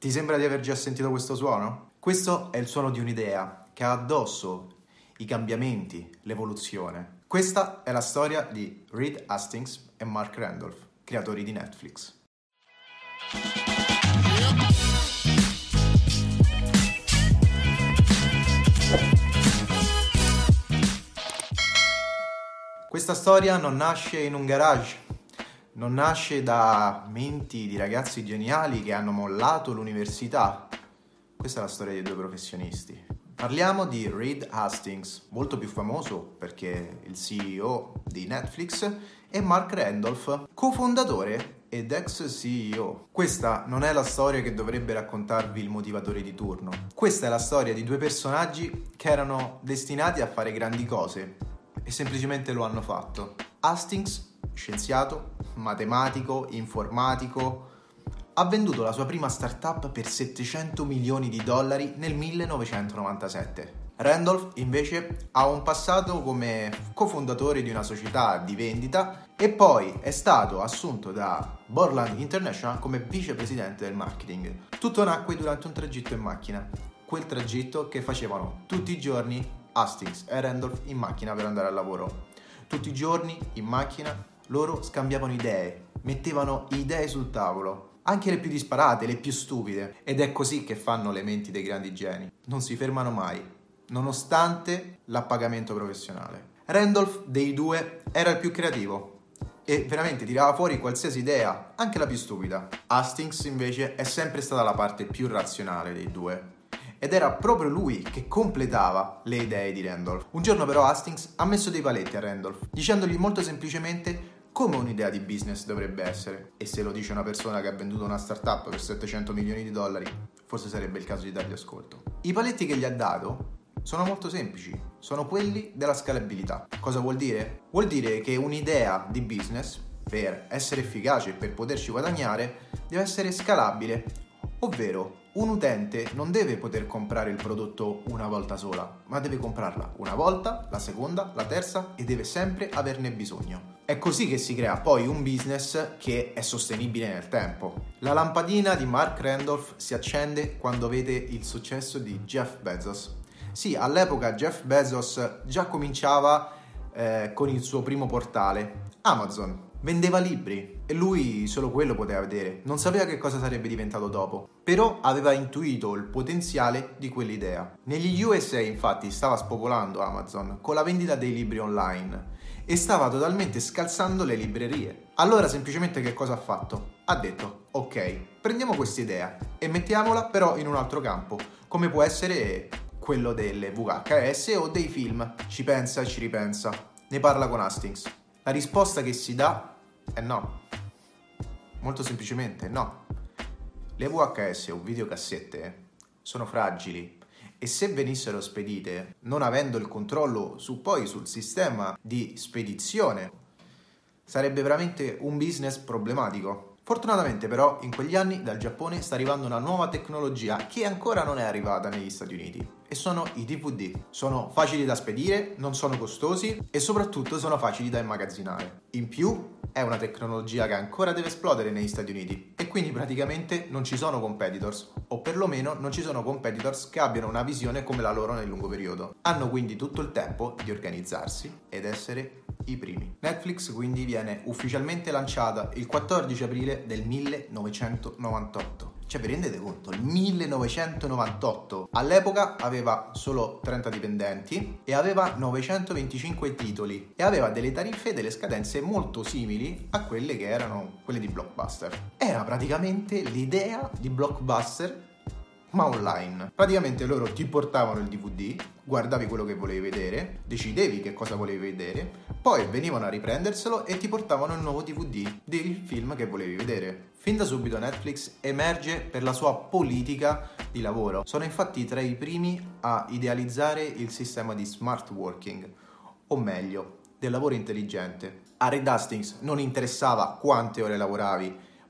Ti sembra di aver già sentito questo suono? Questo è il suono di un'idea che ha addosso i cambiamenti, l'evoluzione. Questa è la storia di Reed Hastings e Mark Randolph, creatori di Netflix. Questa storia non nasce in un garage, non nasce da menti di ragazzi geniali che hanno mollato l'università. Questa è la storia dei due professionisti. Parliamo di Reed Hastings, molto più famoso perché è il CEO di Netflix, e Mark Randolph, cofondatore ed ex CEO. Questa non è la storia che dovrebbe raccontarvi il motivatore di turno. Questa è la storia di due personaggi che erano destinati a fare grandi cose e semplicemente lo hanno fatto. Hastings, scienziato, matematico, informatico, ha venduto la sua prima startup per $700 milioni nel 1997. Randolph invece ha un passato come cofondatore di una società di vendita e poi è stato assunto da Borland International come vicepresidente del marketing. Tutto nacque durante un tragitto in macchina, quel tragitto che facevano tutti i giorni Hastings e Randolph in macchina per andare al lavoro. Tutti i giorni in macchina loro scambiavano idee, mettevano idee sul tavolo, anche le più disparate, le più stupide. Ed è così che fanno le menti dei grandi geni. Non si fermano mai, nonostante l'appagamento professionale. Randolph dei due era il più creativo e veramente tirava fuori qualsiasi idea, anche la più stupida. Hastings invece è sempre stata la parte più razionale dei due. Ed era proprio lui che completava le idee di Randolph. Un giorno però Hastings ha messo dei paletti a Randolph, dicendogli molto semplicemente come un'idea di business dovrebbe essere. E se lo dice una persona che ha venduto una startup per $700 milioni, forse sarebbe il caso di dargli ascolto. I paletti che gli ha dato sono molto semplici, sono quelli della scalabilità. Cosa vuol dire? Vuol dire che un'idea di business, per essere efficace e per poterci guadagnare, deve essere scalabile, ovvero un utente non deve poter comprare il prodotto una volta sola, ma deve comprarla una volta, la seconda, la terza e deve sempre averne bisogno. È così che si crea poi un business che è sostenibile nel tempo. La lampadina di Mark Randolph si accende quando vede il successo di Jeff Bezos. Sì, all'epoca Jeff Bezos già cominciava con il suo primo portale, Amazon. Vendeva libri e lui solo quello poteva vedere, non sapeva che cosa sarebbe diventato dopo, però aveva intuito il potenziale di quell'idea. Negli USA infatti stava spopolando Amazon con la vendita dei libri online e stava totalmente scalzando le librerie. Allora semplicemente che cosa ha fatto? Ha detto, ok, prendiamo questa idea e mettiamola però in un altro campo, come può essere quello delle VHS o dei film. Ci pensa e ci ripensa, ne parla con Hastings. La risposta che si dà è no. Molto semplicemente no. Le VHS o videocassette sono fragili e se venissero spedite non avendo il controllo sul sistema di spedizione sarebbe veramente un business problematico. Fortunatamente però in quegli anni dal Giappone sta arrivando una nuova tecnologia che ancora non è arrivata negli Stati Uniti e sono i DVD. Sono facili da spedire, non sono costosi e soprattutto sono facili da immagazzinare. In più è una tecnologia che ancora deve esplodere negli Stati Uniti e quindi praticamente non ci sono competitors, o perlomeno non ci sono competitors che abbiano una visione come la loro nel lungo periodo. Hanno quindi tutto il tempo di organizzarsi ed essere i primi. Netflix quindi viene ufficialmente lanciata il 14 aprile del 1998. Cioè, vi rendete conto? Il 1998. All'epoca aveva solo 30 dipendenti e aveva 925 titoli e aveva delle tariffe e delle scadenze molto simili a quelle che erano quelle di Blockbuster. Era praticamente l'idea di Blockbuster ma online. Praticamente loro ti portavano il DVD, guardavi quello che volevi vedere, decidevi che cosa volevi vedere, poi venivano a riprenderselo e ti portavano il nuovo DVD del film che volevi vedere. Fin da subito Netflix emerge per la sua politica di lavoro. Sono infatti tra i primi a idealizzare il sistema di smart working, o meglio, del lavoro intelligente. A Reed Hastings non interessava quante ore lavoravi,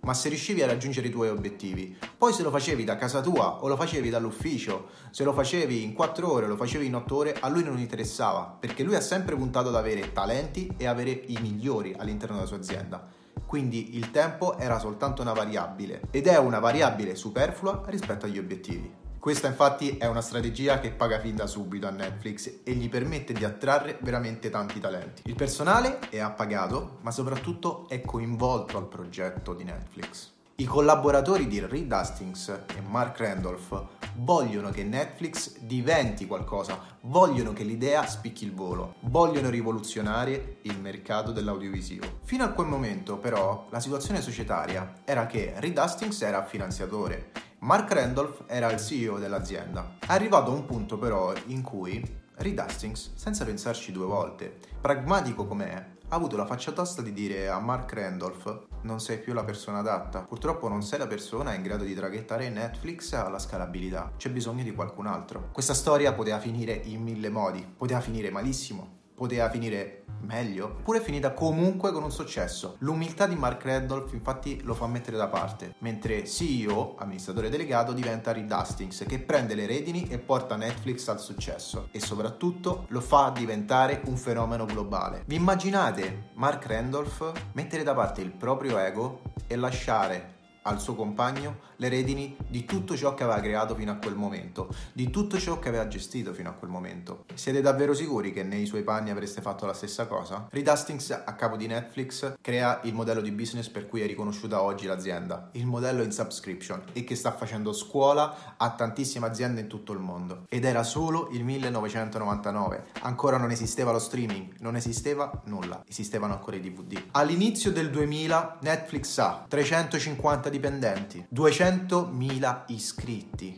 ma se riuscivi a raggiungere i tuoi obiettivi. Poi se lo facevi da casa tua o lo facevi dall'ufficio, se lo facevi in 4 ore o lo facevi in 8 ore, a lui non interessava, perché lui ha sempre puntato ad avere talenti e avere i migliori all'interno della sua azienda. Quindi il tempo era soltanto una variabile, ed è una variabile superflua rispetto agli obiettivi. Questa infatti è una strategia che paga fin da subito a Netflix e gli permette di attrarre veramente tanti talenti. Il personale è appagato, ma soprattutto è coinvolto al progetto di Netflix. I collaboratori di Reed Hastings e Mark Randolph vogliono che Netflix diventi qualcosa, vogliono che l'idea spicchi il volo, vogliono rivoluzionare il mercato dell'audiovisivo. Fino a quel momento però la situazione societaria era che Reed Hastings era finanziatore, Mark Randolph era il CEO dell'azienda. È arrivato un punto però in cui Reed Hastings, senza pensarci 2 volte, pragmatico com'è, ha avuto la faccia tosta di dire a Mark Randolph: non sei più la persona adatta, purtroppo non sei la persona in grado di traghettare Netflix alla scalabilità, c'è bisogno di qualcun altro. Questa storia poteva finire in 1000 modi, poteva finire malissimo, poteva finire meglio, oppure è finita comunque con un successo. L'umiltà di Mark Randolph infatti lo fa mettere da parte, mentre CEO, amministratore delegato, diventa Reed Hastings, che prende le redini e porta Netflix al successo e soprattutto lo fa diventare un fenomeno globale. Vi immaginate Mark Randolph mettere da parte il proprio ego e lasciare al suo compagno le redini di tutto ciò che aveva creato fino a quel momento, di tutto ciò che aveva gestito fino a quel momento? Siete davvero sicuri che nei suoi panni avreste fatto la stessa cosa? Reed Hastings, a capo di Netflix, crea il modello di business per cui è riconosciuta oggi l'azienda, il modello in subscription, e che sta facendo scuola a tantissime aziende in tutto il mondo. Ed era solo il 1999, ancora non esisteva lo streaming, non esisteva nulla, esistevano ancora i DVD. All'inizio del 2000 Netflix ha 350 dipendenti, 200.000 iscritti,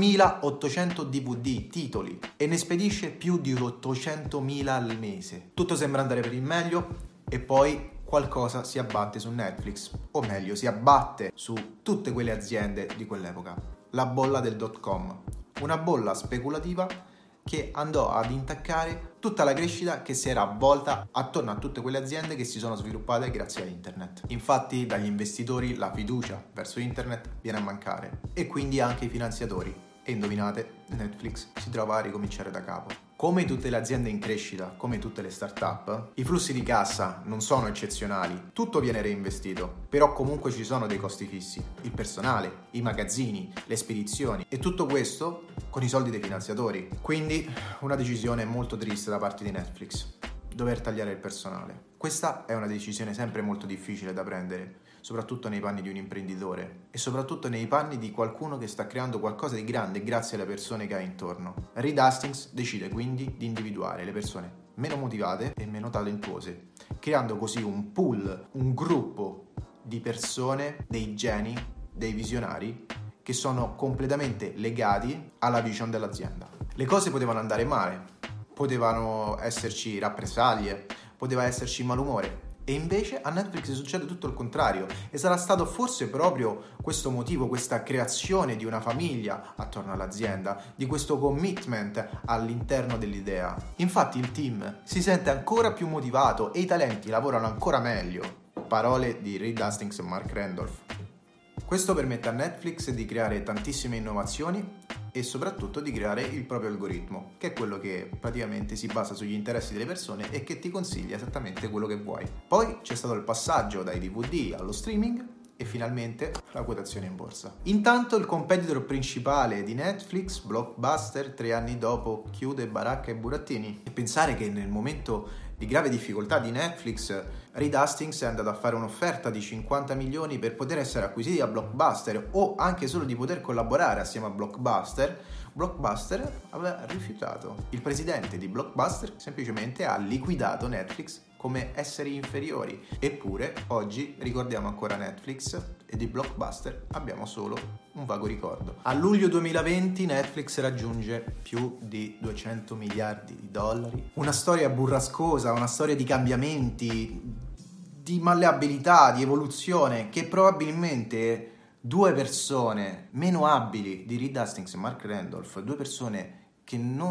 5.800 DVD, titoli, e ne spedisce più di 800.000 al mese. Tutto sembra andare per il meglio e poi qualcosa si abbatte su Netflix, o meglio si abbatte su tutte quelle aziende di quell'epoca. La bolla del .com, una bolla speculativa che andò ad intaccare tutta la crescita che si era avvolta attorno a tutte quelle aziende che si sono sviluppate grazie a internet. Infatti dagli investitori la fiducia verso internet viene a mancare e quindi anche i finanziatori. E indovinate, Netflix si trova a ricominciare da capo. Come tutte le aziende in crescita, come tutte le start-up, i flussi di cassa non sono eccezionali, tutto viene reinvestito, però comunque ci sono dei costi fissi, il personale, i magazzini, le spedizioni, e tutto questo con i soldi dei finanziatori. Quindi una decisione molto triste da parte di Netflix, dover tagliare il personale. Questa è una decisione sempre molto difficile da prendere, soprattutto nei panni di un imprenditore e soprattutto nei panni di qualcuno che sta creando qualcosa di grande grazie alle persone che ha intorno. Reed Hastings decide quindi di individuare le persone meno motivate e meno talentuose, creando così un pool, un gruppo di persone, dei geni, dei visionari che sono completamente legati alla vision dell'azienda. Le cose potevano andare male, potevano esserci rappresaglie, poteva esserci malumore. E invece a Netflix succede tutto il contrario, e sarà stato forse proprio questo motivo, questa creazione di una famiglia attorno all'azienda, di questo commitment all'interno dell'idea. Infatti il team si sente ancora più motivato e i talenti lavorano ancora meglio. Parole di Reed Hastings e Mark Randolph. Questo permette a Netflix di creare tantissime innovazioni e soprattutto di creare il proprio algoritmo, che è quello che praticamente si basa sugli interessi delle persone e che ti consiglia esattamente quello che vuoi. Poi c'è stato il passaggio dai DVD allo streaming e finalmente la quotazione in borsa. Intanto il competitor principale di Netflix, Blockbuster, 3 anni dopo chiude baracca e burattini. E pensare che nel momento di grave difficoltà di Netflix, Reed Hastings è andato a fare un'offerta di 50 milioni per poter essere acquisiti da Blockbuster o anche solo di poter collaborare assieme a Blockbuster. Blockbuster aveva rifiutato. Il presidente di Blockbuster semplicemente ha liquidato Netflix come esseri inferiori. Eppure oggi ricordiamo ancora Netflix e di Blockbuster abbiamo solo un vago ricordo. A luglio 2020 Netflix raggiunge più di 200 miliardi di dollari. Una storia burrascosa, una storia di cambiamenti, di malleabilità, di evoluzione, che probabilmente 2 persone meno abili di Reed Hastings e Mark Randolph, 2 persone che non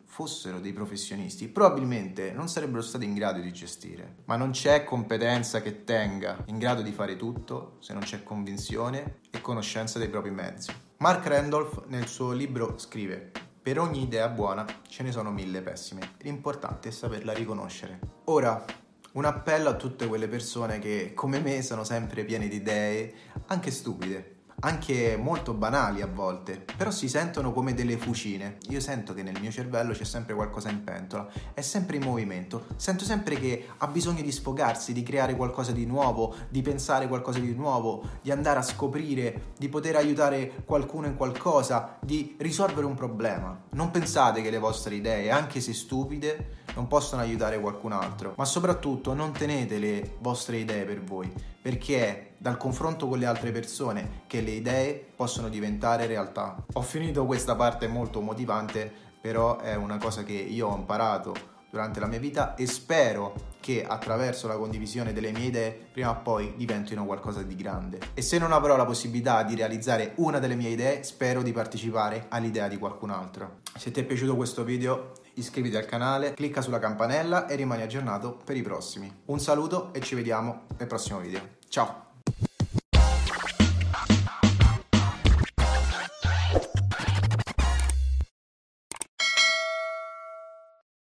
fossero dei professionisti, probabilmente non sarebbero stati in grado di gestire. Ma non c'è competenza che tenga in grado di fare tutto se non c'è convinzione e conoscenza dei propri mezzi. Mark Randolph nel suo libro scrive: per ogni idea buona ce ne sono 1000 pessime, l'importante è saperla riconoscere. Ora, un appello a tutte quelle persone che, come me, sono sempre piene di idee, anche stupide, anche molto banali a volte, però si sentono come delle fucine. Io sento che nel mio cervello c'è sempre qualcosa in pentola, è sempre in movimento, sento sempre che ha bisogno di sfogarsi, di creare qualcosa di nuovo, di pensare qualcosa di nuovo, di andare a scoprire, di poter aiutare qualcuno in qualcosa, di risolvere un problema. Non pensate che le vostre idee, anche se stupide, non possono aiutare qualcun altro, ma soprattutto non tenete le vostre idee per voi, perché è dal confronto con le altre persone che le idee possono diventare realtà. Ho finito questa parte molto motivante, però è una cosa che io ho imparato durante la mia vita e spero che attraverso la condivisione delle mie idee prima o poi diventino qualcosa di grande. E se non avrò la possibilità di realizzare una delle mie idee, spero di partecipare all'idea di qualcun altro. Se ti è piaciuto questo video, iscriviti al canale, clicca sulla campanella e rimani aggiornato per i prossimi. Un saluto e ci vediamo nel prossimo video. Ciao!